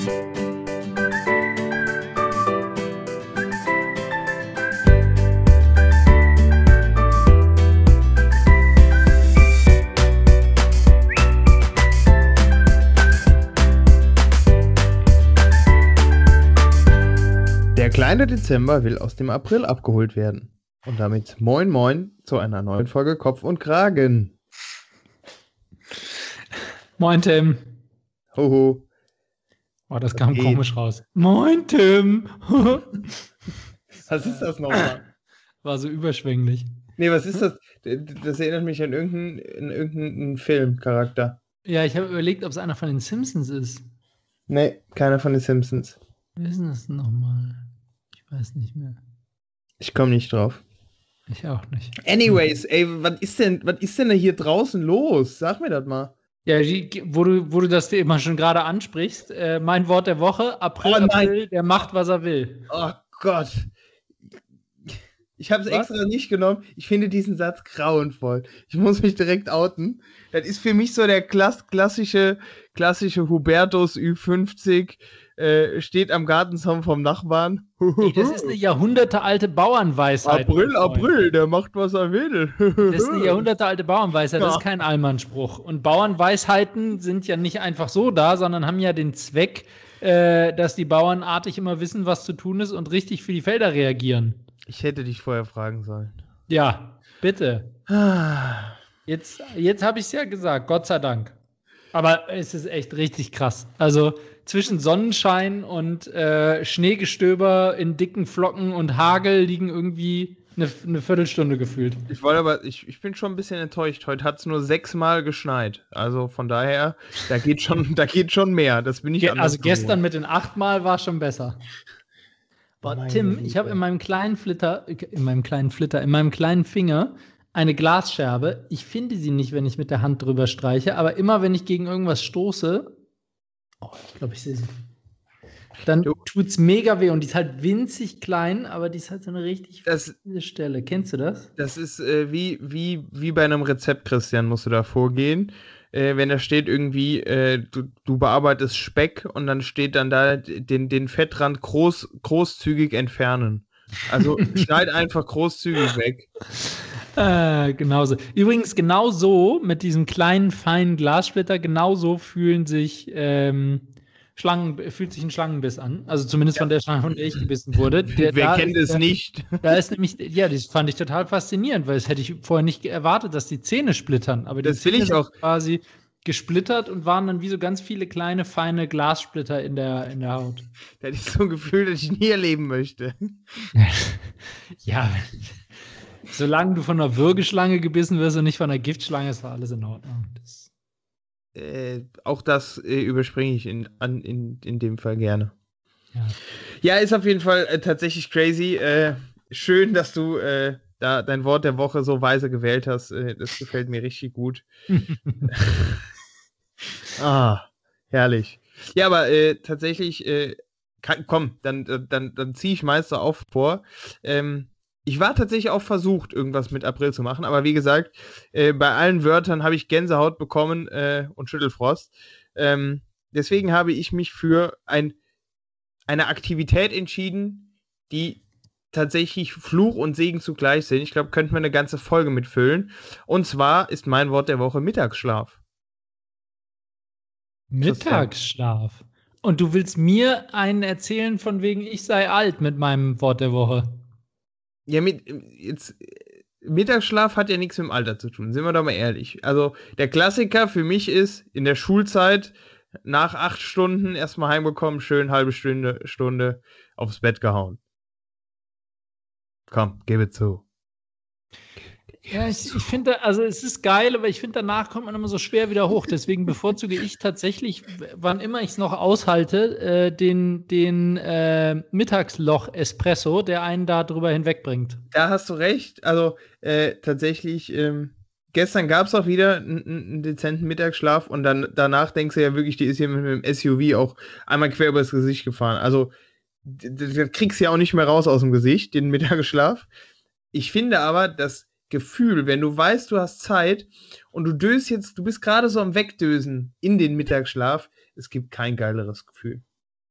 Der kleine Dezember will aus dem April abgeholt werden. Und damit moin moin zu einer neuen Folge Kopf und Kragen. Moin Tim. Hoho. Oh, das kam komisch raus. Moin Tim. Was ist das nochmal? War so überschwänglich. Nee, was ist das? Das erinnert mich an irgendeinen Filmcharakter. Ja, ich habe überlegt, ob es einer von den Simpsons ist. Nee, keiner von den Simpsons. Wer ist denn das nochmal? Ich weiß nicht mehr. Ich komme nicht drauf. Ich auch nicht. Anyways, ey, was ist denn da hier draußen los? Sag mir das mal. Ja, wo du das dir immer schon gerade ansprichst, mein Wort der Woche, April, der macht, was er will. Oh Gott. Ich habe es extra nicht genommen. Ich finde diesen Satz grauenvoll. Ich muss mich direkt outen. Das ist für mich so der klassische Hubertus Ü50, steht am Gartenzaun vom Nachbarn. Nee, das ist eine jahrhundertealte Bauernweisheit. April, der macht, was er will. Das ist eine jahrhundertealte Bauernweisheit, das ist kein Allmannspruch. Und Bauernweisheiten sind ja nicht einfach so da, sondern haben ja den Zweck, dass die Bauern artig immer wissen, was zu tun ist und richtig für die Felder reagieren. Ich hätte dich vorher fragen sollen. Ja, bitte. Jetzt habe ich es ja gesagt, Gott sei Dank. Aber es ist echt richtig krass. Also zwischen Sonnenschein und Schneegestöber in dicken Flocken und Hagel liegen irgendwie eine Viertelstunde gefühlt. Ich bin schon ein bisschen enttäuscht. Heute hat es nur 6 Mal geschneit. Also von daher, da geht schon mehr. Das bin ich Also gestern mit den 8 Mal war schon besser. Boah, Tim, ich habe in meinem kleinen Finger eine Glasscherbe. Ich finde sie nicht, wenn ich mit der Hand drüber streiche, aber immer, wenn ich gegen irgendwas stoße, ich glaube, ich sehe sie. Dann tut's mega weh und die ist halt winzig klein, aber die ist halt so eine richtig viele Stelle. Kennst du das? Das ist wie bei einem Rezept, Christian, musst du da vorgehen. Wenn da steht irgendwie, du bearbeitest Speck und dann steht dann da den Fettrand großzügig entfernen. Also schneid einfach großzügig weg. Genauso. Übrigens, genauso mit diesem kleinen, feinen Glassplitter, genauso fühlt sich ein Schlangenbiss an. Also zumindest von der Schlange, von der ich gebissen wurde. Wer kennt es nicht? Da ist nämlich, ja, das fand ich total faszinierend, weil das hätte ich vorher nicht erwartet, dass die Zähne splittern. Aber das will ich auch. Quasi gesplittert und waren dann wie so ganz viele kleine, feine Glassplitter in der Haut. Das ist so ein Gefühl, das ich nie erleben möchte. Ja, solange du von einer Würgeschlange gebissen wirst und nicht von einer Giftschlange, ist da alles in Ordnung. Auch das überspringe ich in dem Fall gerne. Ja, ist auf jeden Fall tatsächlich crazy. Schön, dass du da dein Wort der Woche so weise gewählt hast. Das gefällt mir richtig gut. Herrlich. Ja, aber tatsächlich, dann ziehe ich Meister auf vor. Ich war tatsächlich auch versucht, irgendwas mit April zu machen, aber wie gesagt, bei allen Wörtern habe ich Gänsehaut bekommen und Schüttelfrost. Deswegen habe ich mich für eine Aktivität entschieden, die tatsächlich Fluch und Segen zugleich sind. Ich glaube, könnten wir eine ganze Folge mitfüllen. Und zwar ist mein Wort der Woche Mittagsschlaf. Mittagsschlaf? Und du willst mir einen erzählen von wegen, ich sei alt mit meinem Wort der Woche? Ja, Mittagsschlaf hat ja nichts mit dem Alter zu tun, sind wir doch mal ehrlich. Also der Klassiker für mich ist, in der Schulzeit nach 8 Stunden erstmal heimgekommen, schön halbe Stunde aufs Bett gehauen. Komm, gebe zu. Ja, ich finde, also es ist geil, aber ich finde, danach kommt man immer so schwer wieder hoch. Deswegen bevorzuge ich tatsächlich, wann immer ich es noch aushalte, den Mittagsloch-Espresso, der einen da drüber hinwegbringt. Da hast du recht. Also tatsächlich, gestern gab es auch wieder einen dezenten Mittagsschlaf und dann danach denkst du ja wirklich, die ist hier mit dem SUV auch einmal quer übers Gesicht gefahren. Also das kriegst du ja auch nicht mehr raus aus dem Gesicht, den Mittagsschlaf. Ich finde aber, das Gefühl, wenn du weißt, du hast Zeit und du bist gerade so am Wegdösen in den Mittagsschlaf, es gibt kein geileres Gefühl.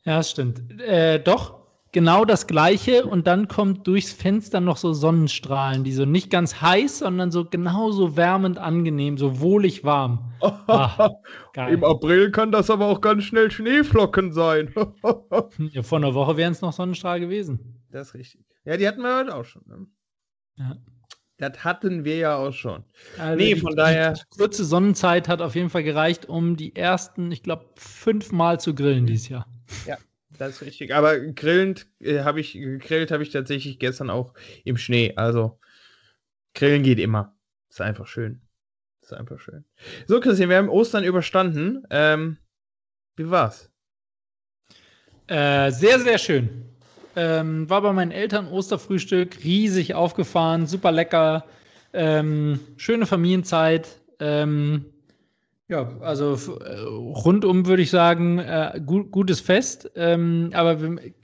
Ja, das stimmt. Doch, genau das Gleiche. Und dann kommt durchs Fenster noch so Sonnenstrahlen, die so nicht ganz heiß, sondern so genauso wärmend angenehm, so wohlig warm. Ah, Im geil. April kann das aber auch ganz schnell Schneeflocken sein. Ja, vor einer Woche wären es noch Sonnenstrahl gewesen. Das ist richtig. Ja, die hatten wir heute auch schon. Ne? Ja. Das hatten wir ja auch schon. Also Nee, von daher. Die kurze Sonnenzeit hat auf jeden Fall gereicht, um die ersten, ich glaube, 5 Mal zu grillen dieses Jahr. Ja, das ist richtig. Aber gegrillt habe ich tatsächlich gestern auch im Schnee. Also grillen geht immer. Ist einfach schön. Ist einfach schön. So, Christian, wir haben Ostern überstanden. Wie war's? Sehr, sehr schön. War bei meinen Eltern Osterfrühstück, riesig aufgefahren, super lecker, schöne Familienzeit. Ja, also rundum würde ich sagen, gutes Fest. Aber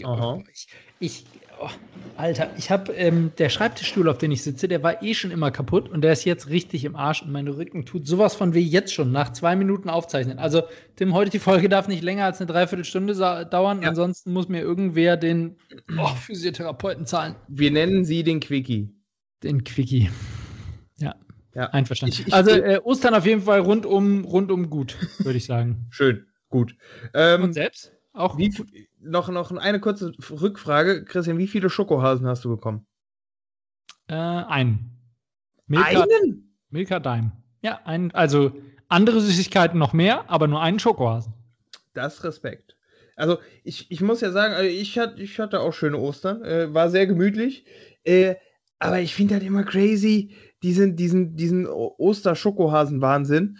oh, Alter, ich habe der Schreibtischstuhl, auf dem ich sitze, der war eh schon immer kaputt und der ist jetzt richtig im Arsch und mein Rücken tut sowas von weh jetzt schon, nach 2 Minuten aufzeichnen. Also, Tim, heute die Folge darf nicht länger als eine Dreiviertelstunde dauern, Ja. ansonsten muss mir irgendwer den Physiotherapeuten zahlen. Wir nennen sie den Quickie. Den Quickie. Ja. Ja. Einverstanden. Also Ostern auf jeden Fall rundum gut, würde ich sagen. Schön, gut. Und selbst? Auch noch eine kurze Rückfrage. Christian, wie viele Schokohasen hast du bekommen? einen. Einen? Milka Dime. Ja, also andere Süßigkeiten noch mehr, aber nur einen Schokohasen. Das ist Respekt. Also ich muss ja sagen, also ich hatte auch schöne Ostern, war sehr gemütlich, aber ich finde halt immer crazy, diesen Oster-Schokohasen-Wahnsinn.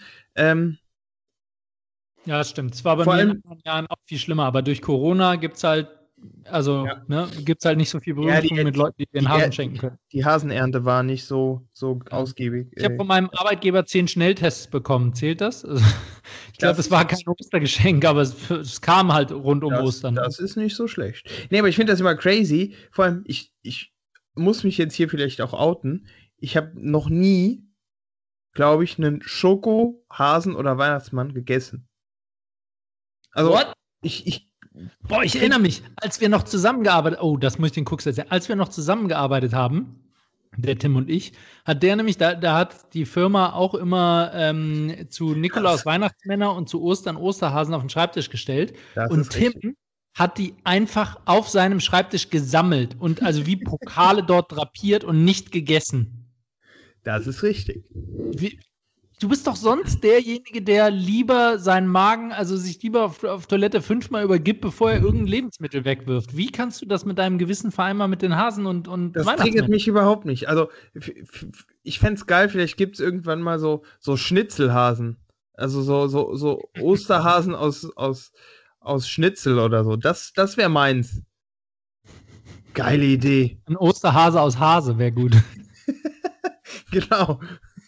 Ja, das stimmt. Es war bei mir in anderen Jahren auch viel schlimmer, aber durch Corona gibt es halt, gibt's halt nicht so viel Berührung mit Leuten, die den Hasen schenken können. Die Hasenernte war nicht so ausgiebig. Ich habe von meinem Arbeitgeber 10 Schnelltests bekommen. Zählt das? Also, ich glaube, es war kein Ostergeschenk, aber es kam halt rund um Ostern. Das ist nicht so schlecht. Nee, aber ich finde das immer crazy. Vor allem, ich muss mich jetzt hier vielleicht auch outen. Ich habe noch nie, glaube ich, einen Schoko-Hasen oder Weihnachtsmann gegessen. Also, What? ich erinnere mich, als wir noch zusammengearbeitet, das muss ich den Cooks erzählen, als wir noch zusammengearbeitet haben, der Tim und ich, hat der nämlich, da hat die Firma auch immer zu Nikolaus Weihnachtsmänner und zu Ostern Osterhasen auf den Schreibtisch gestellt. Und Tim hat die einfach auf seinem Schreibtisch gesammelt und also wie Pokale dort drapiert und nicht gegessen. Das ist richtig. Du bist doch sonst derjenige, der lieber seinen Magen, also sich lieber auf Toilette 5-mal übergibt, bevor er irgendein Lebensmittel wegwirft. Wie kannst du das mit deinem Gewissen vereinbaren mit den Hasen und das triggert mich überhaupt nicht. Also, ich fände es geil, vielleicht gibt es irgendwann mal so Schnitzelhasen. Also so Osterhasen aus Schnitzel oder so. Das wäre meins. Geile Idee. Ein Osterhase aus Hase wäre gut. Genau.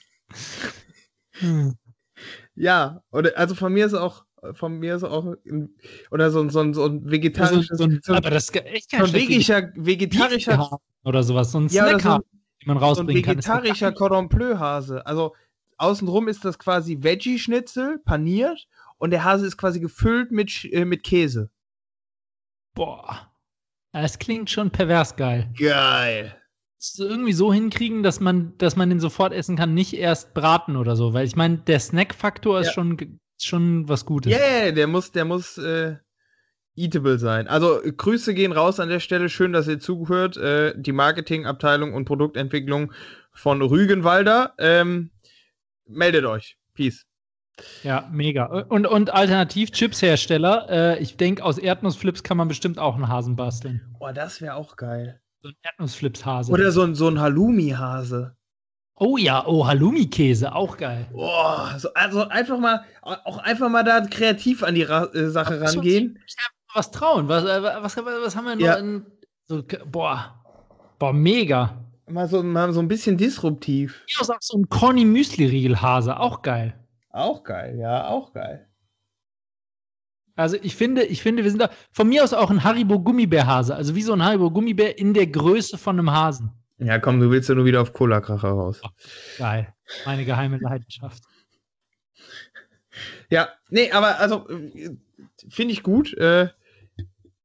Ja, oder also von mir ist auch oder so ein vegetarisches aber das ist echt kein vegetarischer oder sowas, so ein Snack, den man rausbringen kann. So ein vegetarischer Cordon Bleu Hase. Also außenrum ist das quasi Veggie Schnitzel paniert und der Hase ist quasi gefüllt mit Käse. Boah. Das klingt schon pervers geil. Geil. Irgendwie so hinkriegen, dass man den sofort essen kann, nicht erst braten oder so, weil ich meine, der Snack-Faktor ist schon was Gutes. Ja, der muss eatable sein. Also Grüße gehen raus an der Stelle, schön, dass ihr zuhört. Die Marketingabteilung und Produktentwicklung von Rügenwalder. Meldet euch. Peace. Ja, mega. Und alternativ Chipshersteller. Ich denke, aus Erdnussflips kann man bestimmt auch einen Hasen basteln. Oh, das wäre auch geil. So ein Erdnussflips-Hase. Oder so ein Halloumi-Hase. Oh ja, Halloumi-Käse, auch geil. Boah, also einfach mal da kreativ an die Sache rangehen. Ich habe was trauen. Was haben wir noch boah, mega. Mal so ein bisschen disruptiv. Hier ist auch so ein Corny-Müsli-Riegel-Hase, auch geil. Auch geil, ja, auch geil. Also ich finde, wir sind da von mir aus auch ein Haribo-Gummibär-Hase. Also wie so ein Haribo-Gummibär in der Größe von einem Hasen. Ja, komm, du willst ja nur wieder auf Cola-Kracher raus. Oh, geil. Meine geheime Leidenschaft. Ja, nee, aber also finde ich gut.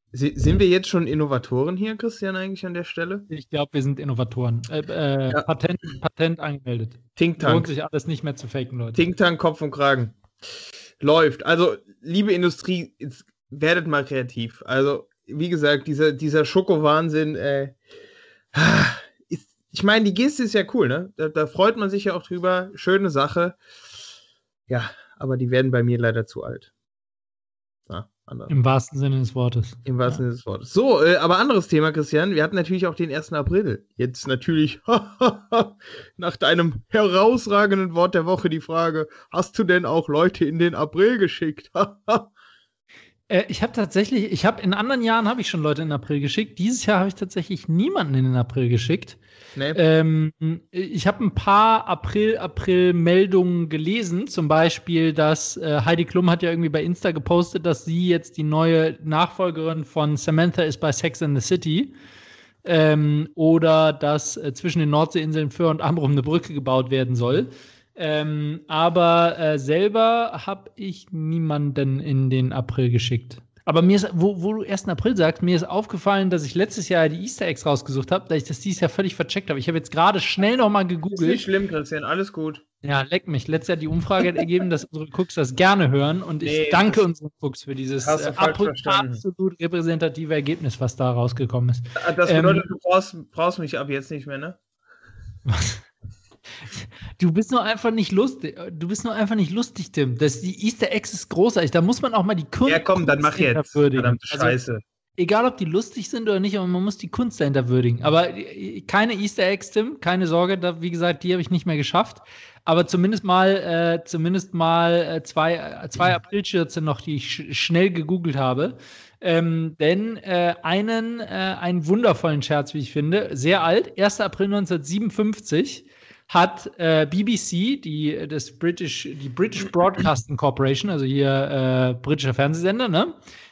Sind wir jetzt schon Innovatoren hier, Christian, eigentlich an der Stelle? Ich glaube, wir sind Innovatoren. Ja. Patent angemeldet. Think Tank. Lohnt sich alles nicht mehr zu faken, Leute. Think Tank, Kopf und Kragen. Läuft. Also, liebe Industrie, jetzt werdet mal kreativ. Also, wie gesagt, dieser Schoko-Wahnsinn, ich meine, die Geste ist ja cool, ne? Da freut man sich ja auch drüber. Schöne Sache. Ja, aber die werden bei mir leider zu alt. Ja, im wahrsten Sinne des Wortes. Im wahrsten Sinne des Wortes. So, aber anderes Thema, Christian. Wir hatten natürlich auch den 1. April. Jetzt natürlich nach deinem herausragenden Wort der Woche die Frage, hast du denn auch Leute in den April geschickt? Ich habe in anderen Jahren habe ich schon Leute in den April geschickt. Dieses Jahr habe ich tatsächlich niemanden in den April geschickt. Nee. Ich habe ein paar April-Meldungen gelesen. Zum Beispiel, dass Heidi Klum hat ja irgendwie bei Insta gepostet, dass sie jetzt die neue Nachfolgerin von Samantha ist bei Sex and the City. Oder dass zwischen den Nordseeinseln Föhr und Amrum eine Brücke gebaut werden soll. Aber selber habe ich niemanden in den April geschickt. Aber mir ist, wo du 1. April sagst, mir ist aufgefallen, dass ich letztes Jahr die Easter Eggs rausgesucht habe, dass ich das dieses Jahr völlig vercheckt habe. Ich habe jetzt gerade schnell noch mal gegoogelt. Ist nicht schlimm, Christian, alles gut. Ja, leck mich. Letztes Jahr die Umfrage hat ergeben, dass unsere Cooks das gerne hören. Und ich danke unseren Cooks für dieses absolut repräsentative Ergebnis, was da rausgekommen ist. Das bedeutet, du brauchst mich ab jetzt nicht mehr, ne? Was? Du bist nur einfach nicht lustig. Du bist nur einfach nicht lustig, Tim. Die Easter Eggs ist großartig. Da muss man auch mal die Kunst. Ja, komm, dann mach jetzt. Verdammte Scheiße. Also, egal, ob die lustig sind oder nicht, aber man muss die Kunst dahinter würdigen. Aber keine Easter Eggs, Tim. Keine Sorge. Wie gesagt, die habe ich nicht mehr geschafft. Aber zumindest mal zwei Aprilschürze noch, die ich schnell gegoogelt habe. Denn einen wundervollen Scherz, wie ich finde, sehr alt, 1. April 1957, hat BBC, die British Broadcasting Corporation, also hier britischer Fernsehsender, ne?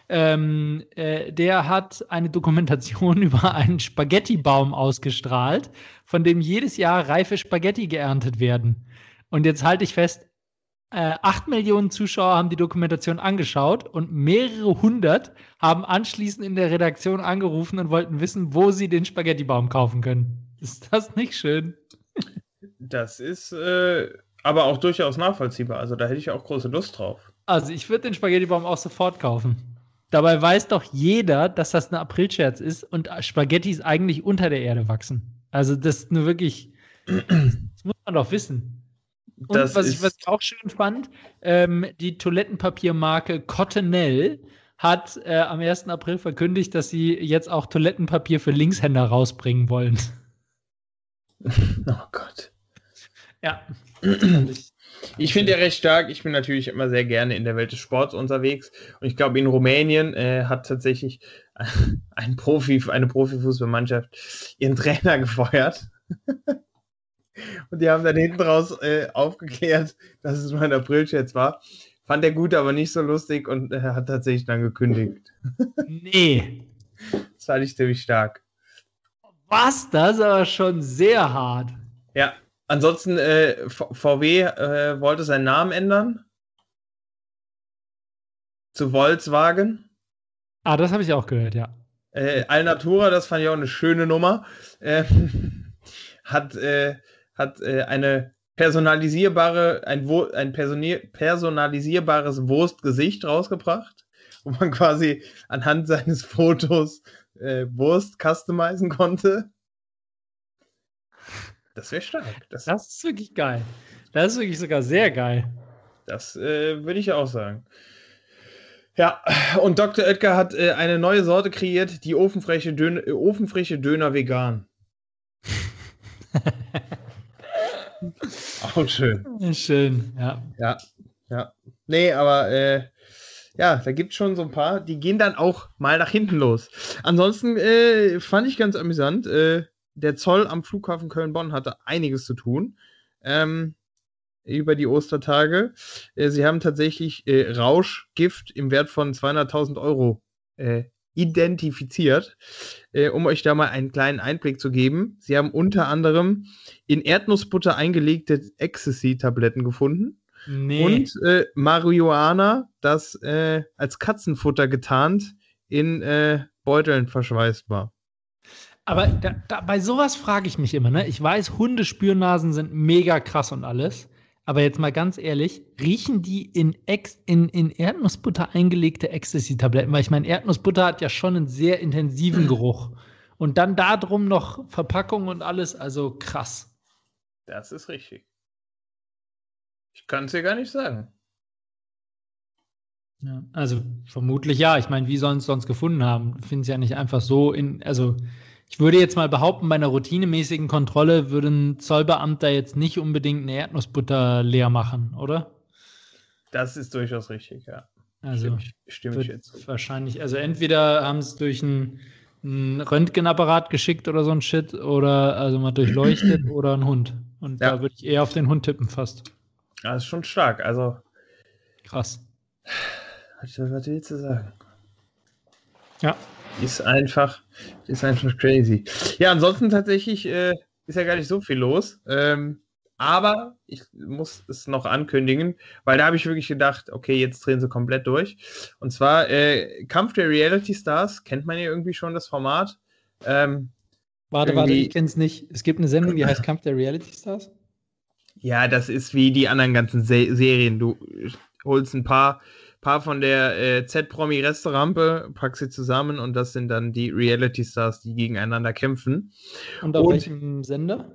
Der hat eine Dokumentation über einen Spaghettibaum ausgestrahlt, von dem jedes Jahr reife Spaghetti geerntet werden. Und jetzt halte ich fest, 8 Millionen Zuschauer haben die Dokumentation angeschaut und mehrere hundert haben anschließend in der Redaktion angerufen und wollten wissen, wo sie den Spaghettibaum kaufen können. Ist das nicht schön? Das ist aber auch durchaus nachvollziehbar. Also da hätte ich auch große Lust drauf. Also ich würde den Spaghettibaum auch sofort kaufen. Dabei weiß doch jeder, dass das ein Aprilscherz ist und Spaghettis eigentlich unter der Erde wachsen. Also das ist nur wirklich, das muss man doch wissen. Und was ich auch schön fand, die Toilettenpapiermarke Cottonelle hat am 1. April verkündigt, dass sie jetzt auch Toilettenpapier für Linkshänder rausbringen wollen. Oh Gott. Ja. Ich finde ja recht stark, ich bin natürlich immer sehr gerne in der Welt des Sports unterwegs und ich glaube in Rumänien hat tatsächlich eine Profifußballmannschaft ihren Trainer gefeuert. Und die haben dann hinten raus aufgeklärt, dass es nur ein Aprilscherz war. Fand er gut, aber nicht so lustig und hat tatsächlich dann gekündigt. Nee. Das fand ich ziemlich stark. Was? Das ist aber schon sehr hart. Ja, ansonsten VW wollte seinen Namen ändern. Zu Volkswagen. Ah, das habe ich auch gehört, ja. Alnatura, das fand ich auch eine schöne Nummer. Hat eine ein personalisierbares Wurstgesicht rausgebracht, wo man quasi anhand seines Fotos Wurst customizen konnte. Das wäre stark. Das ist wirklich geil. Das ist wirklich sogar sehr geil. Das würde ich auch sagen. Ja, und Dr. Oetker hat eine neue Sorte kreiert, die ofenfrische Döner vegan. Auch schön. Schön, ja. Ja. Nee, aber ja, da gibt es schon so ein paar, die gehen dann auch mal nach hinten los. Ansonsten fand ich ganz amüsant, der Zoll am Flughafen Köln-Bonn hatte einiges zu tun über die Ostertage. Sie haben tatsächlich Rauschgift im Wert von 200.000 Euro identifiziert, um euch da mal einen kleinen Einblick zu geben. Sie haben unter anderem in Erdnussbutter eingelegte Ecstasy-Tabletten gefunden. Nee. Und Marihuana, das als Katzenfutter getarnt in Beuteln verschweißbar. Aber bei sowas frage ich mich immer, ne? Ich weiß, Hundespürnasen sind mega krass und alles. Aber jetzt mal ganz ehrlich, riechen die in Erdnussbutter eingelegte Ecstasy-Tabletten? Weil ich meine, Erdnussbutter hat ja schon einen sehr intensiven Geruch. Und dann da drum noch Verpackung und alles, also krass. Das ist richtig. Ich kann es dir gar nicht sagen. Ja, also vermutlich ja. Ich meine, wie sollen es sonst gefunden haben? Ich finde es ja nicht einfach so also ich würde jetzt mal behaupten, bei einer routinemäßigen Kontrolle würde ein Zollbeamter jetzt nicht unbedingt eine Erdnussbutter leer machen, oder? Das ist durchaus richtig, ja. Also Stimme ich jetzt zu. wahrscheinlich, also entweder haben es durch einen Röntgenapparat geschickt oder so ein Shit oder also mal durchleuchtet oder ein Hund. Und da würde ich eher auf den Hund tippen fast. Das ist schon stark, also krass. Was willst du sagen? Ja. Ist einfach crazy. Ja, ansonsten tatsächlich ist ja gar nicht so viel los. Aber ich muss es noch ankündigen, weil da habe ich wirklich gedacht, okay, jetzt drehen sie komplett durch. Und zwar Kampf der Reality Stars, kennt man ja irgendwie schon das Format. Warte, ich kenne es nicht. Es gibt eine Sendung, die heißt Kampf der Reality Stars? Ja, das ist wie die anderen ganzen Serien. Du holst ein paar von der Z-Promi-Resterampe, packst sie zusammen und das sind dann die Reality Stars, die gegeneinander kämpfen. Und auf welchem Sender?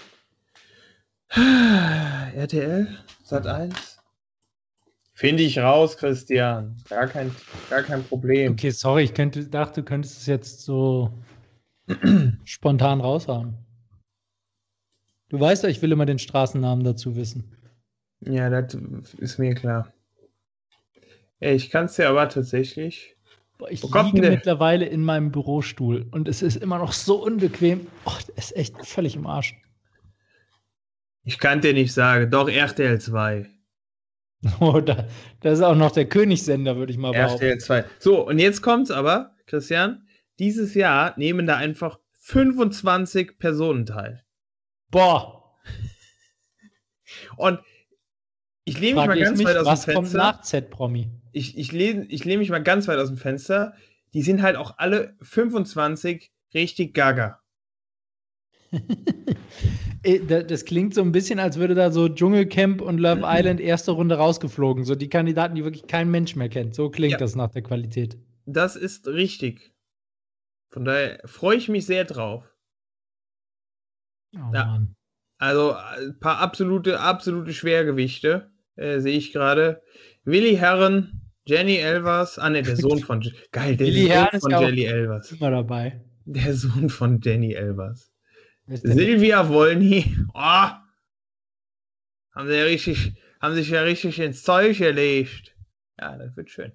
RTL? Sat.1? Finde ich raus, Christian. Gar kein Problem. Okay, sorry, ich dachte, du könntest es jetzt so spontan raushauen. Du weißt ja, ich will immer den Straßennamen dazu wissen. Ja, das ist mir klar. Ich kann es dir aber tatsächlich. Ich liege mittlerweile in meinem Bürostuhl und es ist immer noch so unbequem. Oh, das ist echt völlig im Arsch. Ich kann dir nicht sagen. Doch, RTL 2. Oh, das ist auch noch der Königssender, würde ich mal behaupten. RTL 2. So, und jetzt kommt's aber, Christian. Dieses Jahr nehmen da einfach 25 Personen teil. Boah. Und ich lehne mich mal ganz weit aus dem Fenster. Was kommt nach Z-Promi? Ich lehne mich mal ganz weit aus dem Fenster. Die sind halt auch alle 25 richtig gaga. Das klingt so ein bisschen, als würde da so Dschungelcamp und Love Island erste Runde rausgeflogen. So die Kandidaten, die wirklich kein Mensch mehr kennt. So klingt das nach der Qualität. Das ist richtig. Von daher freue ich mich sehr drauf. Oh, ja. Mann. Also ein paar absolute Schwergewichte sehe ich gerade. Willi Herren, Jenny Elvers, der Sohn von Jenny Elvers. Immer dabei. Der Sohn von Jenny Elvers. Silvia Wolny. Oh, haben sich ja richtig ins Zeug gelegt. Ja, das wird schön.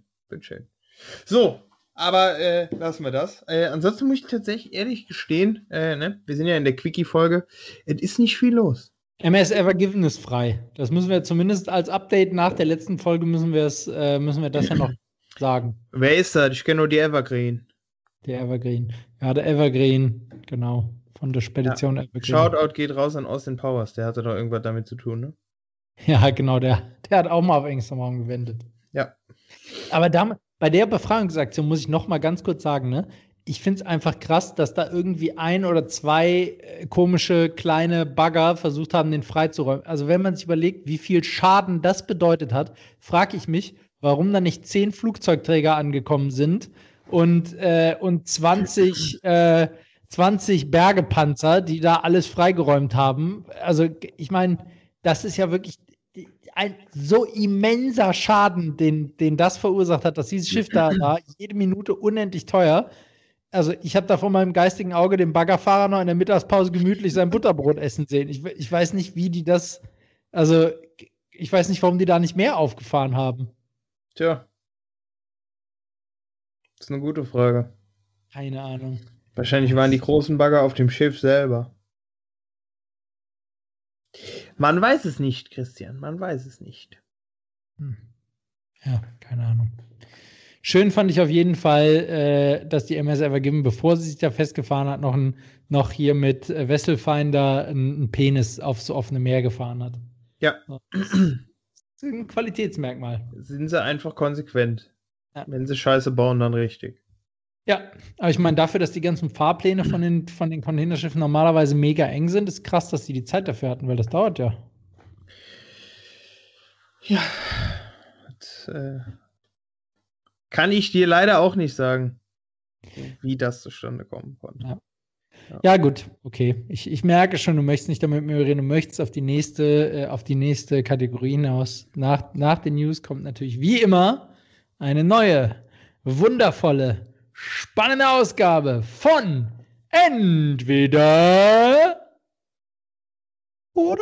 So, aber lassen wir das. Ansonsten muss ich tatsächlich ehrlich gestehen, wir sind ja in der Quickie-Folge, es ist nicht viel los. MS Evergiven ist frei. Das müssen wir zumindest als Update nach der letzten Folge müssen wir das ja noch sagen. Wer ist das? Ich kenne nur die Evergreen. Der Evergreen. Ja, der Evergreen, genau. Von der Spedition Evergreen. Shoutout geht raus an Austin Powers. Der hatte doch irgendwas damit zu tun, ne? Ja, genau. Der hat auch mal auf Ängste gewendet. Ja. Aber bei der Befragungsaktion muss ich noch mal ganz kurz sagen, ne? Ich finde es einfach krass, dass da irgendwie 1 oder 2 komische kleine Bagger versucht haben, den freizuräumen. Also wenn man sich überlegt, wie viel Schaden das bedeutet hat, frage ich mich, warum da nicht 10 Flugzeugträger angekommen sind und 20 Bergepanzer, die da alles freigeräumt haben. Also ich meine, das ist ja wirklich ein so immenser Schaden, den das verursacht hat, dass dieses Schiff da war, jede Minute unendlich teuer. Also ich habe da vor meinem geistigen Auge den Baggerfahrer noch in der Mittagspause gemütlich sein Butterbrot essen sehen. Ich weiß nicht, wie die das, also ich weiß nicht, warum die da nicht mehr aufgefahren haben. Tja. Das ist eine gute Frage. Keine Ahnung. Wahrscheinlich waren die großen Bagger auf dem Schiff selber. Man weiß es nicht, Christian. Man weiß es nicht. Ja, keine Ahnung. Schön fand ich auf jeden Fall, dass die MS Evergiven, bevor sie sich da festgefahren hat, noch hier mit Wesselfinder einen Penis aufs offene Meer gefahren hat. Ja. Das ist ein Qualitätsmerkmal. Sind sie einfach konsequent. Ja. Wenn sie Scheiße bauen, dann richtig. Ja, aber ich meine, dafür, dass die ganzen Fahrpläne von den Containerschiffen normalerweise mega eng sind, ist krass, dass die Zeit dafür hatten, weil das dauert ja. Ja, das, kann ich dir leider auch nicht sagen, wie das zustande kommen konnte. Ja. Ja, gut, okay. Ich merke schon, du möchtest nicht damit mit mir reden, du möchtest auf die nächste Kategorie hinaus. Nach den News kommt natürlich wie immer eine neue, wundervolle, spannende Ausgabe von Entweder oder?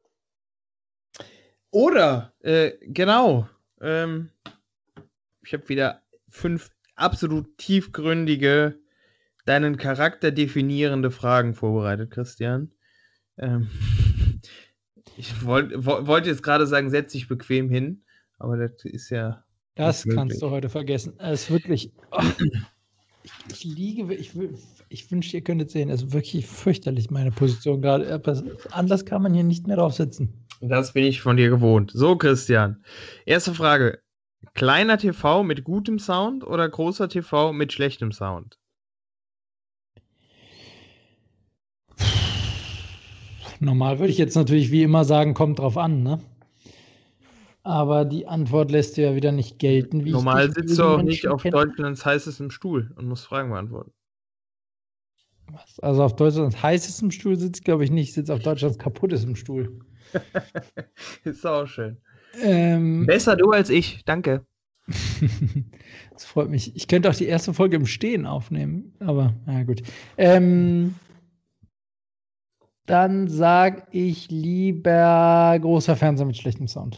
Oder, genau. Ich habe wieder 5 absolut tiefgründige, deinen Charakter definierende Fragen vorbereitet, Christian. Ich wollte jetzt gerade sagen, setz dich bequem hin, aber das ist ja. Das kannst du heute vergessen. Es ist wirklich. Oh, ich wünschte, ihr könntet sehen, es ist wirklich fürchterlich, meine Position gerade. Anders kann man hier nicht mehr drauf sitzen. Das bin ich von dir gewohnt. So, Christian. Erste Frage. Kleiner TV mit gutem Sound oder großer TV mit schlechtem Sound? Normal würde ich jetzt natürlich wie immer sagen, kommt drauf an, ne? Aber die Antwort lässt du ja wieder nicht gelten. Normal sitzt du auch nicht auf Deutschlands heißestem Stuhl und musst Fragen beantworten. Was? Also auf Deutschlands heißestem Stuhl sitzt, glaube ich nicht. Sitzt auf Deutschlands kaputtestem Stuhl. Ist auch schön. Besser du als ich, danke. Das freut mich. Ich könnte auch die erste Folge im Stehen aufnehmen, aber na gut. Dann sag ich lieber großer Fernseher mit schlechtem Sound.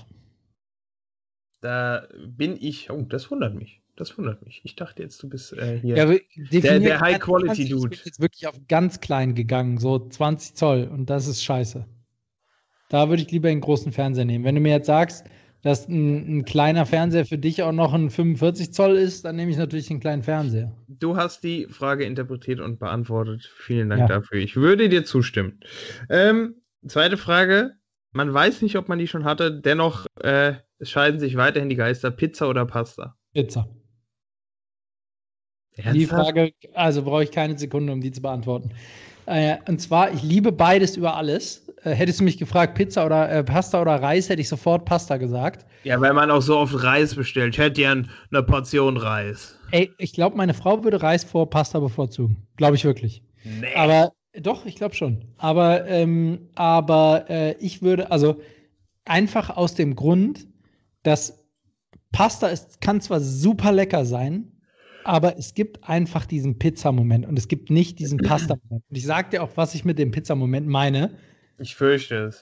Da bin ich. Oh, das wundert mich. Ich dachte jetzt, du bist hier ja, der High-Quality-Dude. Ich bin jetzt wirklich auf ganz klein gegangen, so 20 Zoll. Und das ist scheiße. Da würde ich lieber einen großen Fernseher nehmen. Wenn du mir jetzt sagst, dass ein kleiner Fernseher für dich auch noch ein 45 Zoll ist, dann nehme ich natürlich den kleinen Fernseher. Du hast die Frage interpretiert und beantwortet. Vielen Dank dafür. Ich würde dir zustimmen. Zweite Frage. Man weiß nicht, ob man die schon hatte. Dennoch es scheiden sich weiterhin die Geister. Pizza oder Pasta? Pizza. Ernsthaft? Die Frage, also brauche ich keine Sekunde, um die zu beantworten. Und zwar, ich liebe beides über alles. Hättest du mich gefragt, Pizza oder Pasta oder Reis, hätte ich sofort Pasta gesagt. Ja, weil man auch so oft Reis bestellt. Ich hätte gern eine Portion Reis. Ey, ich glaube, meine Frau würde Reis vor Pasta bevorzugen. Glaube ich wirklich. Nee. Aber doch, ich glaube schon. Aber ich würde, also einfach aus dem Grund, dass Pasta kann zwar super lecker sein, aber es gibt einfach diesen Pizza-Moment und es gibt nicht diesen Pasta-Moment. Und ich sage dir auch, was ich mit dem Pizza-Moment meine. Ich fürchte es.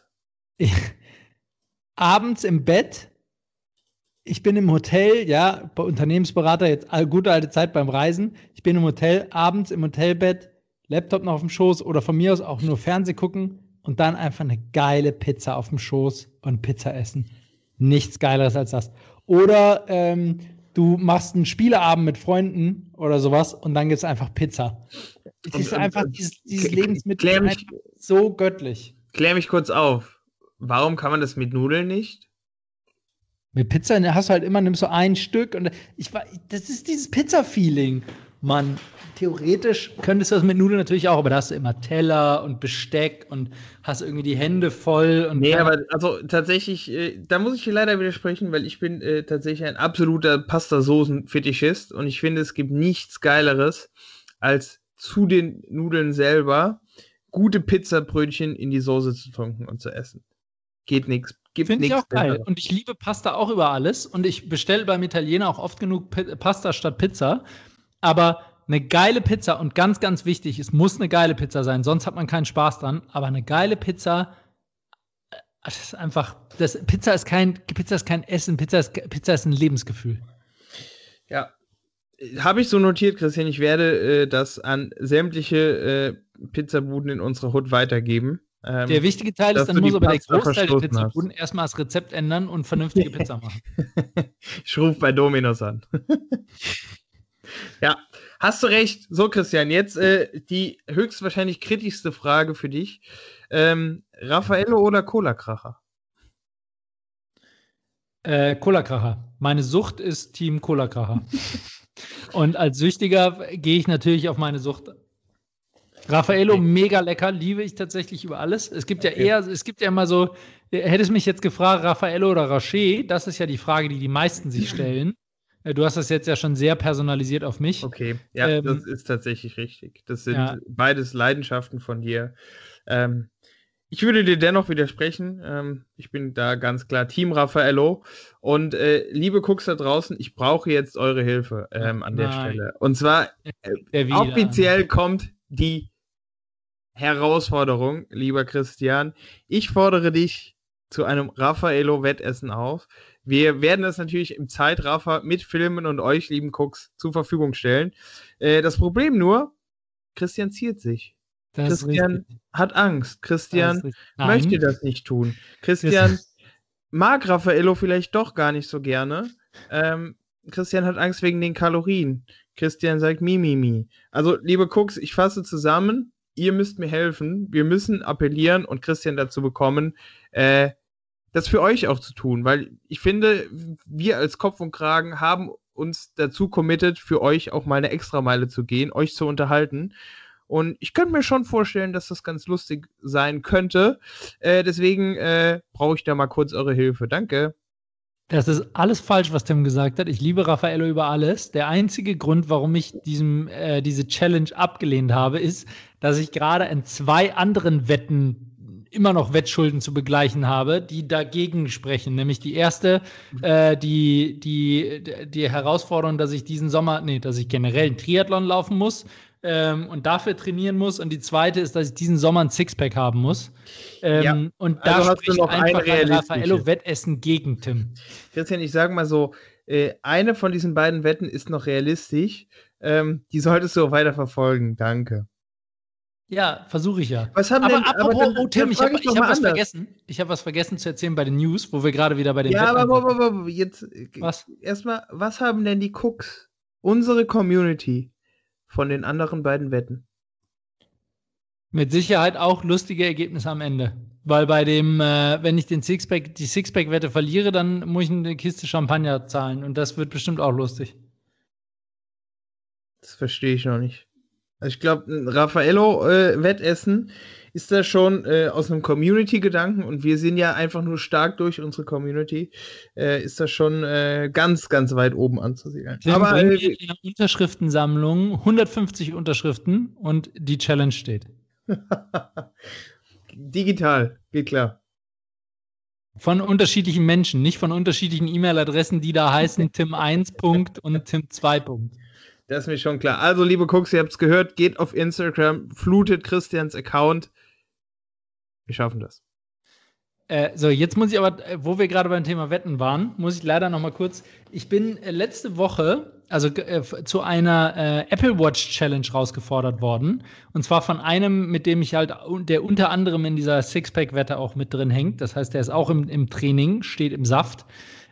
Abends im Bett, ich bin im Hotel, ja, bei Unternehmensberater, jetzt gute alte Zeit beim Reisen. Ich bin im Hotel, abends im Hotelbett, Laptop noch auf dem Schoß oder von mir aus auch nur Fernseh gucken und dann einfach eine geile Pizza auf dem Schoß und Pizza essen. Nichts Geileres als das. Oder du machst einen Spieleabend mit Freunden oder sowas und dann gibt es einfach Pizza. Es ist einfach dieses Lebensmittel ist einfach so göttlich. Klär mich kurz auf. Warum kann man das mit Nudeln nicht? Mit Pizza hast du halt immer, nimmst du ein Stück und das ist dieses Pizza-Feeling. Mann, theoretisch könntest du das mit Nudeln natürlich auch, aber da hast du immer Teller und Besteck und hast irgendwie die Hände voll. Und nee, aber also tatsächlich, da muss ich dir leider widersprechen, weil ich bin tatsächlich ein absoluter Pasta-Soßen-Fetischist und ich finde, es gibt nichts Geileres, als zu den Nudeln selber gute Pizzabrötchen in die Soße zu tunken und zu essen. Geht nichts. Finde ich auch geil. Und ich liebe Pasta auch über alles. Und ich bestelle beim Italiener auch oft genug Pasta statt Pizza. Aber eine geile Pizza und ganz, ganz wichtig, es muss eine geile Pizza sein, sonst hat man keinen Spaß dran. Aber eine geile Pizza, das ist einfach, Pizza ist kein Essen, Pizza ist ein Lebensgefühl. Ja, habe ich so notiert, Christian. Ich werde das an sämtliche Pizzabuden in unserer Hut weitergeben. Der wichtige Teil ist, dann muss aber der Großteil der Pizzabuden erstmal das Rezept ändern und vernünftige Pizza machen. Ich rufe bei Domino's an. Ja, hast du recht. So, Christian, jetzt die höchstwahrscheinlich kritischste Frage für dich. Raffaello oder Cola-Kracher? Cola-Kracher. Meine Sucht ist Team Cola-Kracher. Und als Süchtiger gehe ich natürlich auf meine Sucht. Raffaello, mega lecker, liebe ich tatsächlich über alles. Es gibt ja immer so, hättest mich jetzt gefragt, Raffaello oder Rocher, das ist ja die Frage, die die meisten sich stellen. Du hast das jetzt ja schon sehr personalisiert auf mich. Okay, ja, das ist tatsächlich richtig. Das sind beides Leidenschaften von dir. Ich würde dir dennoch widersprechen. Ich bin da ganz klar Team Raffaello. Und liebe Cooks da draußen, ich brauche jetzt eure Hilfe an der Stelle. Und zwar offiziell kommt die Herausforderung, lieber Christian. Ich fordere dich zu einem Raffaello-Wettessen auf. Wir werden das natürlich im Zeitraffer mit Filmen und euch, lieben Cooks, zur Verfügung stellen. Das Problem nur, Christian ziert sich. Christian hat Angst. Christian möchte das nicht tun. Christian mag Raffaello vielleicht doch gar nicht so gerne. Christian hat Angst wegen den Kalorien. Christian sagt mi. Also, liebe Cooks, ich fasse zusammen. Ihr müsst mir helfen. Wir müssen appellieren und Christian dazu bekommen, das für euch auch zu tun. Weil ich finde, wir als Kopf und Kragen haben uns dazu committed, für euch auch mal eine Extrameile zu gehen, euch zu unterhalten. Und ich könnte mir schon vorstellen, dass das ganz lustig sein könnte. Deswegen brauche ich da mal kurz eure Hilfe. Danke. Das ist alles falsch, was Tim gesagt hat. Ich liebe Raffaello über alles. Der einzige Grund, warum ich diese Challenge abgelehnt habe, ist, dass ich gerade in 2 anderen Wetten immer noch Wettschulden zu begleichen habe, die dagegen sprechen. Nämlich die erste, die Herausforderung, dass ich dass ich generell einen Triathlon laufen muss und dafür trainieren muss. Und die zweite ist, dass ich diesen Sommer ein Sixpack haben muss. Und da also spricht noch einfach ein Raffaello-Wettessen gegen Tim. Christian, ich sage mal so, eine von diesen beiden Wetten ist noch realistisch. Die solltest du auch weiter verfolgen. Danke. Ja, versuche ich ja. Was haben Tim, ich habe was vergessen. Ich habe was vergessen zu erzählen bei den News, wo wir gerade wieder bei den Wetten sind. Aber jetzt erstmal, was haben denn die Cooks, unsere Community, von den anderen beiden Wetten? Mit Sicherheit auch lustige Ergebnisse am Ende. Weil bei dem, wenn ich die Sixpack-Wette verliere, dann muss ich eine Kiste Champagner zahlen. Und das wird bestimmt auch lustig. Das verstehe ich noch nicht. Also ich glaube, ein Raffaello-Wettessen ist da schon aus einem Community-Gedanken und wir sind ja einfach nur stark durch unsere Community, ist das schon ganz, ganz weit oben anzusiedeln. Aber in der Unterschriftensammlung 150 Unterschriften und die Challenge steht. Digital, geht klar. Von unterschiedlichen Menschen, nicht von unterschiedlichen E-Mail-Adressen, die da heißen Tim1. und Tim2. Das ist mir schon klar. Also, liebe Cooks, ihr habt es gehört, geht auf Instagram, flutet Christians Account. Wir schaffen das. So, jetzt muss ich aber, wo wir gerade beim Thema Wetten waren, muss ich leider noch mal kurz. Ich bin letzte Woche zu einer Apple Watch Challenge rausgefordert worden. Und zwar von einem, mit dem ich der unter anderem in dieser Sixpack-Wette auch mit drin hängt. Das heißt, der ist auch im Training, steht im Saft.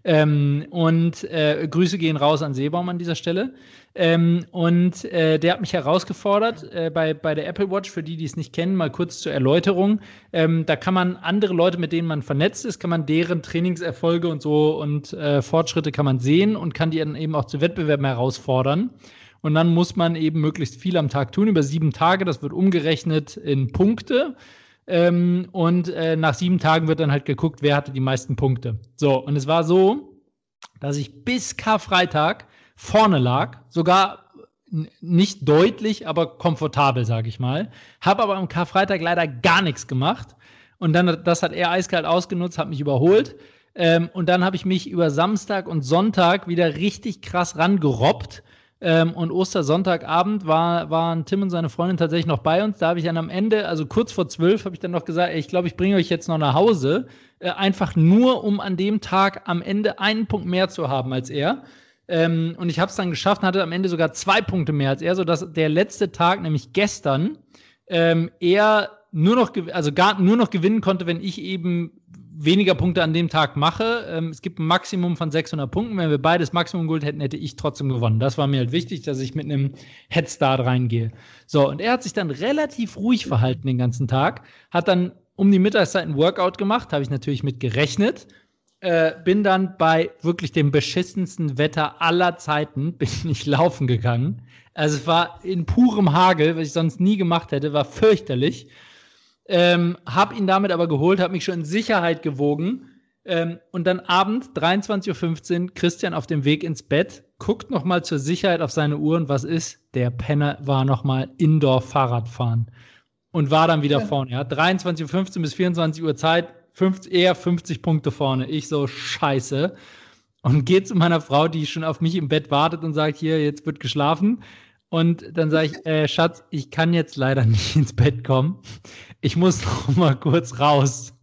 Grüße gehen raus an Seebaum an dieser Stelle. Der hat mich herausgefordert bei der Apple Watch, für die es nicht kennen, mal kurz zur Erläuterung. Da kann man andere Leute, mit denen man vernetzt ist, kann man deren Trainingserfolge und so und Fortschritte kann man sehen und kann die dann eben auch zu Wettbewerben herausfordern. Und dann muss man eben möglichst viel am Tag tun, über 7 Tage. Das wird umgerechnet in Punkte. Nach 7 Tagen wird dann halt geguckt, wer hatte die meisten Punkte. So, und es war so, dass ich bis Karfreitag vorne lag, sogar nicht deutlich, aber komfortabel, sage ich mal. Habe aber am Karfreitag leider gar nichts gemacht. Und dann, das hat er eiskalt ausgenutzt, hat mich überholt. Und dann habe ich mich über Samstag und Sonntag wieder richtig krass rangerobbt. Und Ostersonntagabend waren Tim und seine Freundin tatsächlich noch bei uns. Da habe ich dann am Ende, also kurz vor 12, habe ich dann noch gesagt, ey, ich glaube, ich bringe euch jetzt noch nach Hause. Einfach nur, um an dem Tag am Ende einen Punkt mehr zu haben als er. Und ich habe es dann geschafft und hatte am Ende sogar 2 Punkte mehr als er, sodass der letzte Tag, nämlich gestern, er nur noch gewinnen konnte, wenn ich eben weniger Punkte an dem Tag mache. Es gibt ein Maximum von 600 Punkten. Wenn wir beides Maximum geholt hätten, hätte ich trotzdem gewonnen. Das war mir halt wichtig, dass ich mit einem Headstart reingehe. So, und er hat sich dann relativ ruhig verhalten den ganzen Tag, hat dann um die Mittagszeit ein Workout gemacht, habe ich natürlich mit gerechnet. bin dann bei wirklich dem beschissensten Wetter aller Zeiten, bin ich laufen gegangen. Also es war in purem Hagel, was ich sonst nie gemacht hätte, war fürchterlich. Hab ihn damit aber geholt, hab mich schon in Sicherheit gewogen. Und dann abends, 23:15 Uhr, Christian auf dem Weg ins Bett, guckt noch mal zur Sicherheit auf seine Uhr und was ist? Der Penner war noch mal Indoor-Fahrradfahren und war dann wieder vorne. Ja? 23:15 Uhr bis 24 Uhr Zeit, eher 50 Punkte vorne. Ich so, scheiße. Und gehe zu meiner Frau, die schon auf mich im Bett wartet und sagt, hier, jetzt wird geschlafen. Und dann sage ich, Schatz, ich kann jetzt leider nicht ins Bett kommen. Ich muss noch mal kurz raus.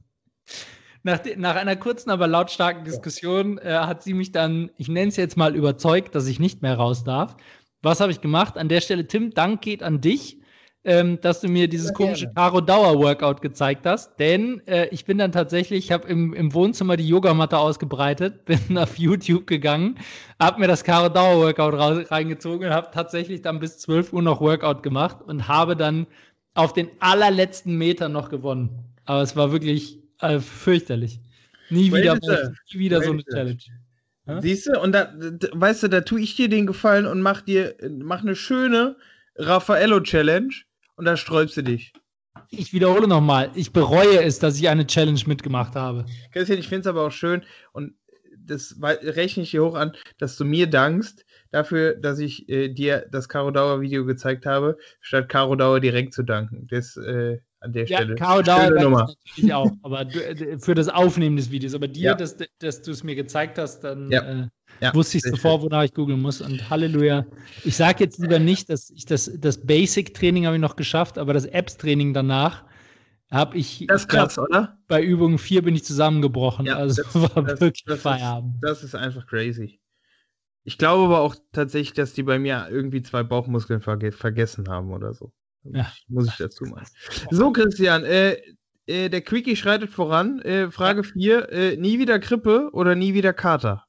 Nach einer kurzen, aber lautstarken Diskussion hat sie mich dann, ich nenne es jetzt mal, überzeugt, dass ich nicht mehr raus darf. Was habe ich gemacht? An der Stelle, Tim, Dank geht an dich, dass du mir dieses komische Caro-Dauer-Workout gezeigt hast. Denn ich bin dann tatsächlich, ich habe im Wohnzimmer die Yogamatte ausgebreitet, bin auf YouTube gegangen, habe mir das Caro-Dauer-Workout reingezogen und habe tatsächlich dann bis 12 Uhr noch Workout gemacht und habe dann auf den allerletzten Meter noch gewonnen. Aber es war wirklich fürchterlich. Nie wieder so eine Challenge. Ja? Siehst du, und da, weißt du, da tue ich dir den Gefallen und mach eine schöne Raffaello-Challenge und da sträubst du dich. Ich wiederhole nochmal, ich bereue es, dass ich eine Challenge mitgemacht habe. Christian, ich finde es aber auch schön und das rechne ich dir hoch an, dass du mir dankst dafür, dass ich dir das Caro Dauer Video gezeigt habe, statt Caro Dauer direkt zu danken. Das an der Stelle. Caro Dauer natürlich auch, aber für das Aufnehmen des Videos. Aber dir, dass du es mir gezeigt hast, dann wusste ich sofort, wonach ich googeln muss. Und Halleluja. Ich sage jetzt lieber nicht, dass ich das Basic-Training habe ich noch geschafft, aber das Apps-Training danach habe ich. Das ist krass, oder? Bei Übung 4 bin ich zusammengebrochen. Ja, also war wirklich Feierabend. Das ist einfach crazy. Ich glaube aber auch tatsächlich, dass die bei mir irgendwie 2 Bauchmuskeln vergessen haben oder so. Ja. Muss ich dazu machen. So, Christian, der Quickie schreitet voran. Frage 4. Nie wieder Grippe oder nie wieder Kater?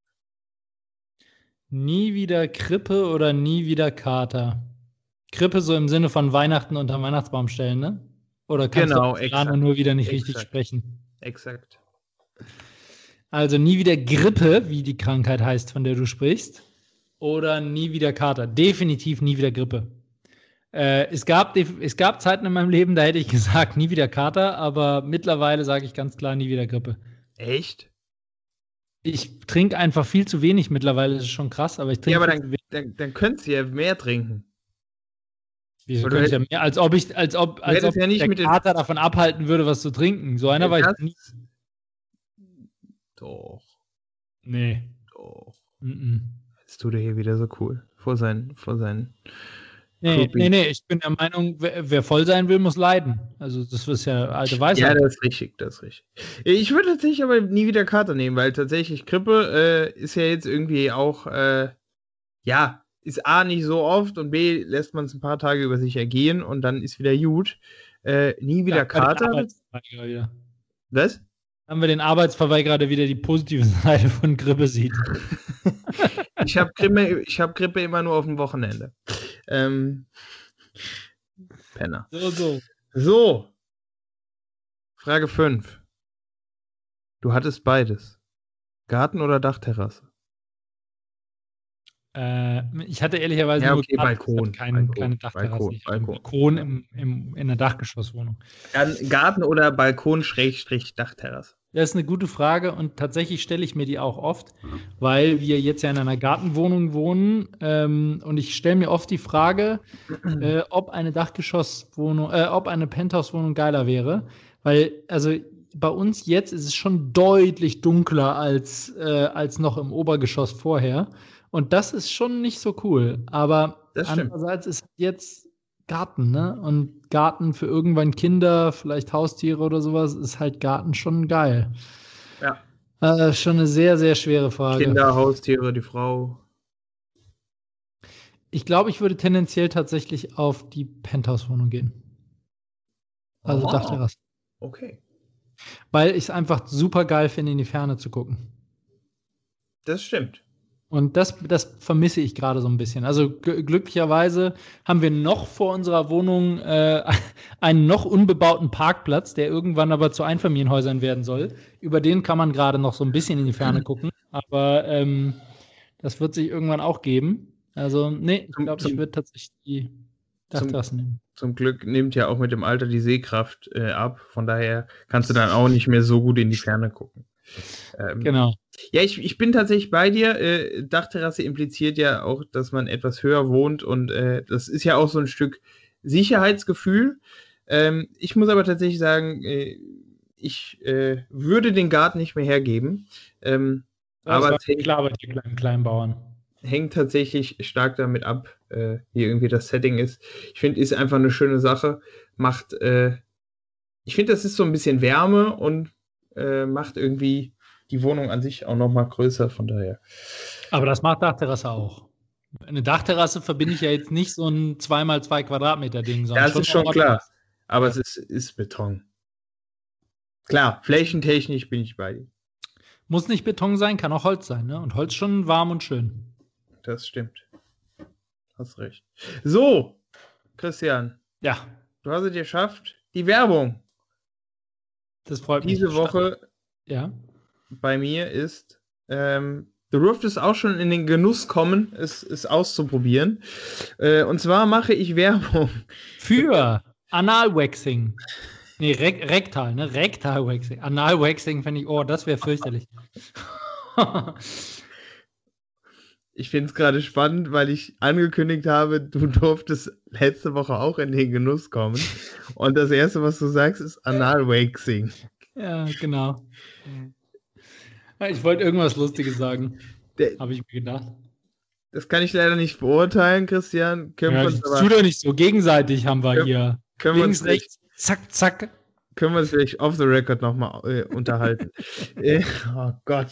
Nie wieder Krippe oder nie wieder Kater? Krippe so im Sinne von Weihnachten unterm Weihnachtsbaum stellen, ne? Oder kannst du nur wieder nicht richtig sprechen? Exakt. Also nie wieder Grippe, wie die Krankheit heißt, von der du sprichst. Oder nie wieder Kater. Definitiv nie wieder Grippe. Es gab Zeiten in meinem Leben, da hätte ich gesagt, nie wieder Kater, aber mittlerweile sage ich ganz klar, nie wieder Grippe. Echt? Ich trinke einfach viel zu wenig mittlerweile, das ist schon krass, aber ich trinke viel zu wenig. Dann könntest du ja mehr trinken. Wieso könnte ich ja mehr? Als ob ja nicht der Kater davon abhalten würde, was zu trinken. So einer war ich nie. Doch. Nee. Doch. Jetzt tut er hier wieder so cool. Vor seinen Nee, ich bin der Meinung, wer voll sein will, muss leiden. Also das ist ja alte Weisheit. Ja, das ist richtig. Ich würde tatsächlich aber nie wieder Kater nehmen, weil tatsächlich Grippe ist ja jetzt irgendwie auch, ist A nicht so oft und B lässt man es ein paar Tage über sich ergehen und dann ist wieder gut. Nie wieder Kater. Was? Haben wir den Arbeitsverweigerer, wieder die positive Seite von Grippe sieht. Ich habe Grippe immer nur auf dem Wochenende. Penner. So. Frage 5. Du hattest beides. Garten oder Dachterrasse? Ich hatte ehrlicherweise nur Balkon. Keine Dachterrasse. Balkon in der Dachgeschosswohnung. Dann Garten oder Balkon / Dachterrasse? Das ist eine gute Frage und tatsächlich stelle ich mir die auch oft, weil wir jetzt ja in einer Gartenwohnung wohnen und ich stelle mir oft die Frage, ob eine Dachgeschosswohnung, ob eine Penthouse-Wohnung geiler wäre, weil also bei uns jetzt ist es schon deutlich dunkler als noch im Obergeschoss vorher und das ist schon nicht so cool, aber andererseits ist jetzt Garten, ne? Und Garten für irgendwann Kinder, vielleicht Haustiere oder sowas, ist halt Garten schon geil. Ja. Schon eine sehr, sehr schwere Frage. Kinder, Haustiere, die Frau. Ich glaube, ich würde tendenziell tatsächlich auf die Penthouse-Wohnung gehen. Also Dachterrasse. Okay. Weil ich es einfach super geil finde, in die Ferne zu gucken. Das stimmt. Und das vermisse ich gerade so ein bisschen. Also glücklicherweise haben wir noch vor unserer Wohnung einen noch unbebauten Parkplatz, der irgendwann aber zu Einfamilienhäusern werden soll. Über den kann man gerade noch so ein bisschen in die Ferne gucken. Aber das wird sich irgendwann auch geben. Also, nee, ich glaube, ich würde tatsächlich die Dachterrasse nehmen. Zum Glück nimmt ja auch mit dem Alter die Sehkraft ab. Von daher kannst du dann auch nicht mehr so gut in die Ferne gucken. Genau. Ja, ich bin tatsächlich bei dir. Dachterrasse impliziert ja auch, dass man etwas höher wohnt und das ist ja auch so ein Stück Sicherheitsgefühl. Ich muss aber tatsächlich sagen, ich würde den Garten nicht mehr hergeben. Aber es klar bei den kleinen Bauern. Hängt tatsächlich stark damit ab, wie irgendwie das Setting ist. Ich finde, ist einfach eine schöne Sache. Ich finde, das ist so ein bisschen Wärme und macht irgendwie die Wohnung an sich auch noch mal größer, von daher. Aber das macht Dachterrasse auch. Eine Dachterrasse verbinde ich ja jetzt nicht so ein 2x2 Quadratmeter Ding, sondern das ist schon klar. Aber es ist Beton. Klar, flächentechnisch bin ich bei dir. Muss nicht Beton sein, kann auch Holz sein, ne? Und Holz schon warm und schön. Das stimmt. Hast recht. So, Christian. Ja. Du hast es geschafft. Die Werbung. Das freut mich. Diese Woche bei mir ist du durftest auch schon in den Genuss kommen, es auszuprobieren. Und zwar mache ich Werbung für Analwaxing. Nee, Rektal, ne? Rektalwaxing. Analwaxing finde ich, das wäre fürchterlich. Ich finde es gerade spannend, weil ich angekündigt habe, du durftest letzte Woche auch in den Genuss kommen. Und das Erste, was du sagst, ist Analwaxing. Ja, genau. Ich wollte irgendwas Lustiges sagen. Habe ich mir gedacht. Das kann ich leider nicht beurteilen, Christian. Tu doch nicht so. Gegenseitig haben wir hier. Links, rechts, zack, zack. Können wir uns vielleicht off the record nochmal unterhalten. Oh Gott.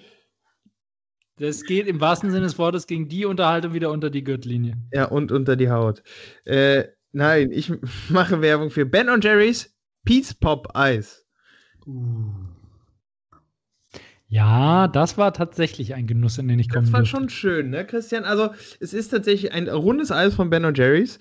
Das geht im wahrsten Sinne des Wortes gegen die Unterhaltung wieder unter die Gürtellinie. Ja, und unter die Haut. Nein, ich mache Werbung für Ben & Jerry's Peace Pop Eis. Ja, das war tatsächlich ein Genuss, in den ich kommen durfte. Das war schon schön, ne, Christian? Also, es ist tatsächlich ein rundes Eis von Ben & Jerry's.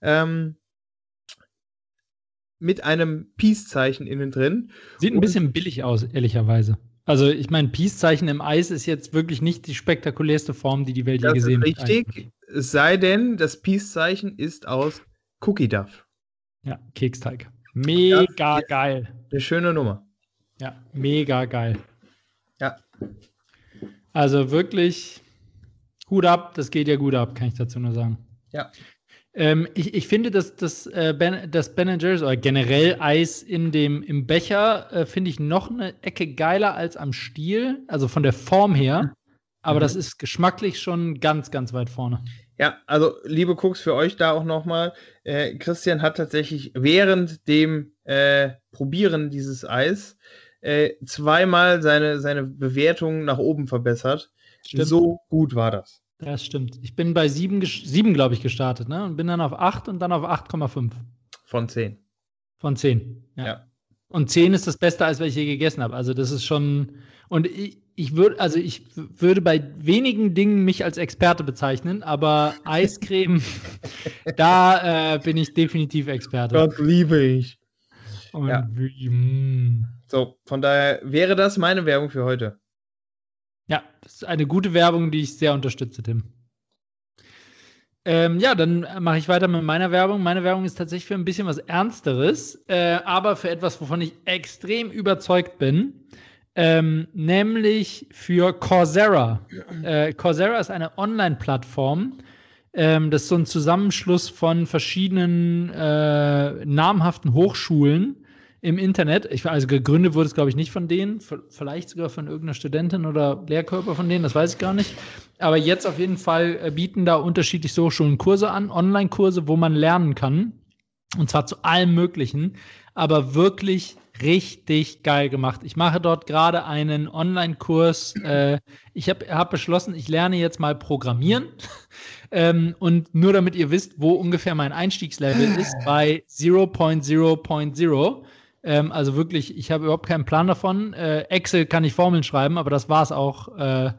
Mit einem Peace-Zeichen innen drin. Sieht ein bisschen billig aus, ehrlicherweise. Also, ich meine, Peace-Zeichen im Eis ist jetzt wirklich nicht die spektakulärste Form, die Welt je gesehen hat. Das ist richtig, es sei denn, das Peace-Zeichen ist aus Cookie Duff. Ja, Keksteig. Mega geil. Eine schöne Nummer. Ja, mega geil. Ja. Also wirklich Hut ab, das geht ja gut ab, kann ich dazu nur sagen. Ja. Ich finde, dass das Ben & Jerry's oder generell Eis im Becher finde ich noch eine Ecke geiler als am Stiel, also von der Form her. Aber das ist geschmacklich schon ganz, ganz weit vorne. Ja, also liebe Cooks, für euch da auch nochmal. Christian hat tatsächlich während dem Probieren dieses Eis zweimal seine Bewertung nach oben verbessert. Stimmt. So gut war das. Das stimmt. Ich bin bei 7, glaube ich, gestartet, ne? Und bin dann auf 8 und dann auf 8,5. Von 10. Von 10, ja. Und 10 ist das beste Eis, was ich je gegessen habe. Also das ist schon. Und ich würde bei wenigen Dingen mich als Experte bezeichnen, aber Eiscreme, da bin ich definitiv Experte. Das liebe ich. Und so, von daher wäre das meine Werbung für heute. Ja, das ist eine gute Werbung, die ich sehr unterstütze, Tim. Dann mache ich weiter mit meiner Werbung. Meine Werbung ist tatsächlich für ein bisschen was Ernsteres, aber für etwas, wovon ich extrem überzeugt bin, nämlich für Coursera. Coursera ist eine Online-Plattform. Das ist so ein Zusammenschluss von verschiedenen namhaften Hochschulen im Internet. Also gegründet wurde es, glaube ich, nicht von denen. Vielleicht sogar von irgendeiner Studentin oder Lehrkörper von denen, das weiß ich gar nicht. Aber jetzt auf jeden Fall bieten da unterschiedliche Hochschulen Kurse an, Online-Kurse, wo man lernen kann. Und zwar zu allem Möglichen. Aber wirklich richtig geil gemacht. Ich mache dort gerade einen Online-Kurs. Ich hab beschlossen, ich lerne jetzt mal Programmieren. Und nur damit ihr wisst, wo ungefähr mein Einstiegslevel ist, bei 0.0.0. Also wirklich, ich habe überhaupt keinen Plan davon. Excel kann ich Formeln schreiben, aber das war es auch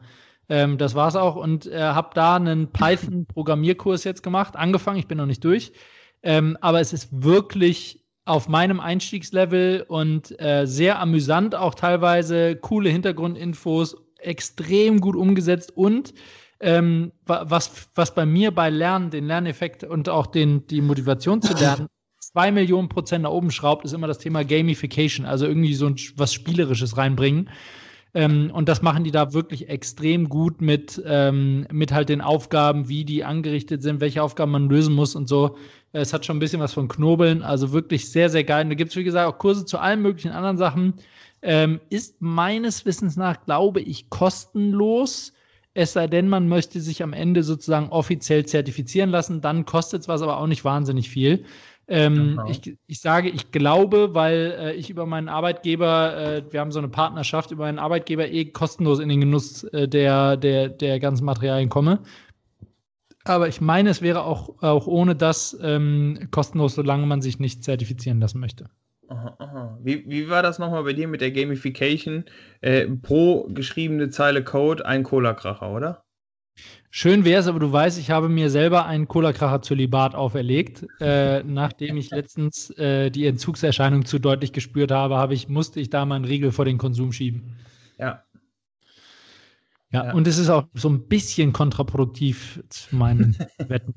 Das war's auch und habe da einen Python-Programmierkurs jetzt gemacht, angefangen, ich bin noch nicht durch. Aber es ist wirklich auf meinem Einstiegslevel und sehr amüsant auch teilweise, coole Hintergrundinfos, extrem gut umgesetzt und was bei mir bei Lernen, den Lerneffekt und auch die Motivation zu lernen, 2 Millionen % nach oben schraubt, ist immer das Thema Gamification, also irgendwie so was Spielerisches reinbringen. Und das machen die da wirklich extrem gut mit halt den Aufgaben, wie die angerichtet sind, welche Aufgaben man lösen muss und so. Es hat schon ein bisschen was von Knobeln, also wirklich sehr, sehr geil. Und da gibt es, wie gesagt, auch Kurse zu allen möglichen anderen Sachen. Ist meines Wissens nach, glaube ich, kostenlos. Es sei denn, man möchte sich am Ende sozusagen offiziell zertifizieren lassen. Dann kostet es was, aber auch nicht wahnsinnig viel. Ich sage, ich glaube, weil ich über meinen Arbeitgeber, wir haben so eine Partnerschaft, über meinen Arbeitgeber kostenlos in den Genuss der ganzen Materialien komme. Aber ich meine, es wäre auch ohne das kostenlos, solange man sich nicht zertifizieren lassen möchte. Aha. Wie war das nochmal bei dir mit der Gamification? Pro geschriebene Zeile Code ein Cola-Kracher, oder? Schön wäre es, aber du weißt, ich habe mir selber einen Cola-Kracher-Zölibat auferlegt. Nachdem ich letztens die Entzugserscheinung zu deutlich gespürt habe, musste ich da mal einen Riegel vor den Konsum schieben. Ja. Ja, und es ist auch so ein bisschen kontraproduktiv zu meinen Wetten.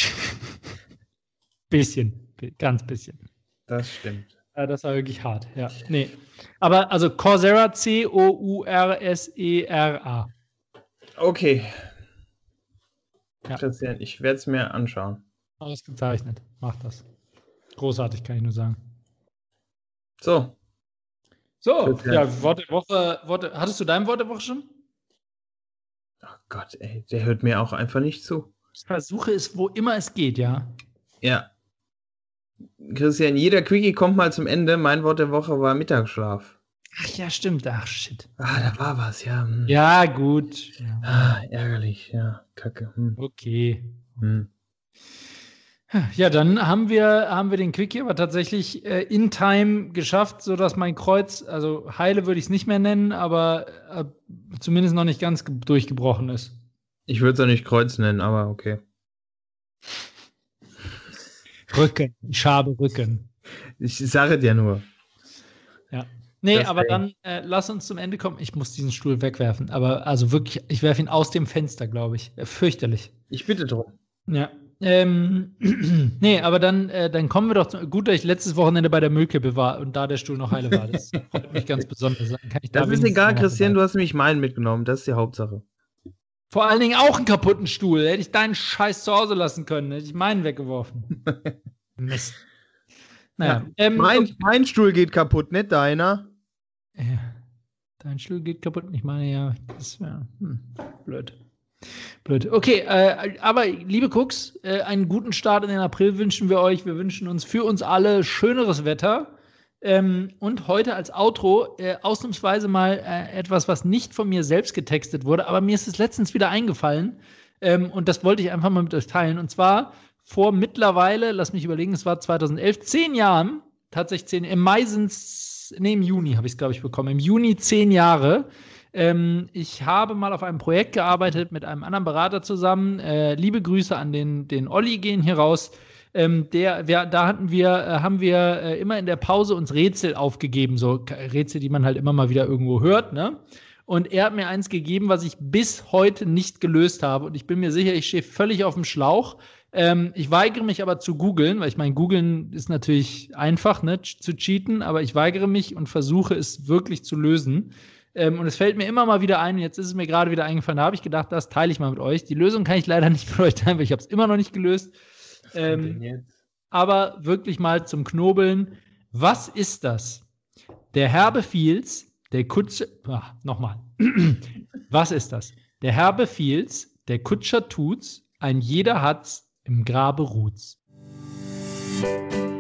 Ganz bisschen. Das stimmt. Ja, das war wirklich hart, ja. Nee. Aber also Coursera, Coursera. Okay. Ja. Christian, ich werde es mir anschauen. Ausgezeichnet. Mach das. Großartig, kann ich nur sagen. So, ja, Wort der Woche. Hattest du dein Wort der Woche schon? Oh Gott, ey, der hört mir auch einfach nicht zu. Ich versuche es, wo immer es geht, ja. Ja. Christian, jeder Quickie kommt mal zum Ende. Mein Wort der Woche war Mittagsschlaf. Ach ja, stimmt. Ach, shit. Da war was, ja. Ja, gut. Ja. Ärgerlich, ja. Kacke. Okay. Ja, dann haben wir den Quickie aber tatsächlich in Time geschafft, sodass mein Kreuz, also heile würde ich es nicht mehr nennen, aber zumindest noch nicht ganz durchgebrochen ist. Ich würde es auch nicht Kreuz nennen, aber okay. Rücken. Ich habe Rücken. Ich sage dir nur. Ja. Nee, aber dann lass uns zum Ende kommen. Ich muss diesen Stuhl wegwerfen, aber also wirklich, ich werfe ihn aus dem Fenster, glaube ich. Fürchterlich. Ich bitte drum. Ja. Nee, aber dann kommen wir doch gut, dass ich letztes Wochenende bei der Müllkippe war und da der Stuhl noch heile war. Das freut mich ganz besonders. Das ist egal, Christian, du hast nämlich meinen mitgenommen. Das ist die Hauptsache. Vor allen Dingen auch einen kaputten Stuhl. Hätte ich deinen Scheiß zu Hause lassen können. Hätte ich meinen weggeworfen. Mist. Naja. Ja, mein Stuhl geht kaputt, nicht deiner. Ja, dein Stuhl geht kaputt. Ich meine ja, das wäre blöd. Okay, aber liebe Cooks, einen guten Start in den April wünschen wir euch. Wir wünschen uns für uns alle schöneres Wetter. Und heute als Outro ausnahmsweise mal etwas, was nicht von mir selbst getextet wurde, aber mir ist es letztens wieder eingefallen. Und das wollte ich einfach mal mit euch teilen. Und zwar vor mittlerweile, lass mich überlegen, es war 2011, 10 Jahren, tatsächlich 10, im Juni habe ich es, glaube ich, bekommen. Im Juni 10 Jahre. Ich habe mal auf einem Projekt gearbeitet mit einem anderen Berater zusammen. Liebe Grüße an den Olli gehen hier raus. Haben wir immer in der Pause uns Rätsel aufgegeben, so Rätsel, die man halt immer mal wieder irgendwo hört, ne? Und er hat mir eins gegeben, was ich bis heute nicht gelöst habe. Und ich bin mir sicher, ich stehe völlig auf dem Schlauch. Ich weigere mich aber zu googeln, weil ich meine, googeln ist natürlich einfach, ne, zu cheaten, aber ich weigere mich und versuche es wirklich zu lösen. Und es fällt mir immer mal wieder ein, und jetzt ist es mir gerade wieder eingefallen, da habe ich gedacht, das teile ich mal mit euch. Die Lösung kann ich leider nicht mit euch teilen, weil ich habe es immer noch nicht gelöst. Aber wirklich mal zum Knobeln. Was ist das? Der Herr befiehl's, der Kutscher. Nochmal. Was ist das? Der Herr befiehl's, der Kutscher tut's, ein jeder hat's, im Grabe ruht's.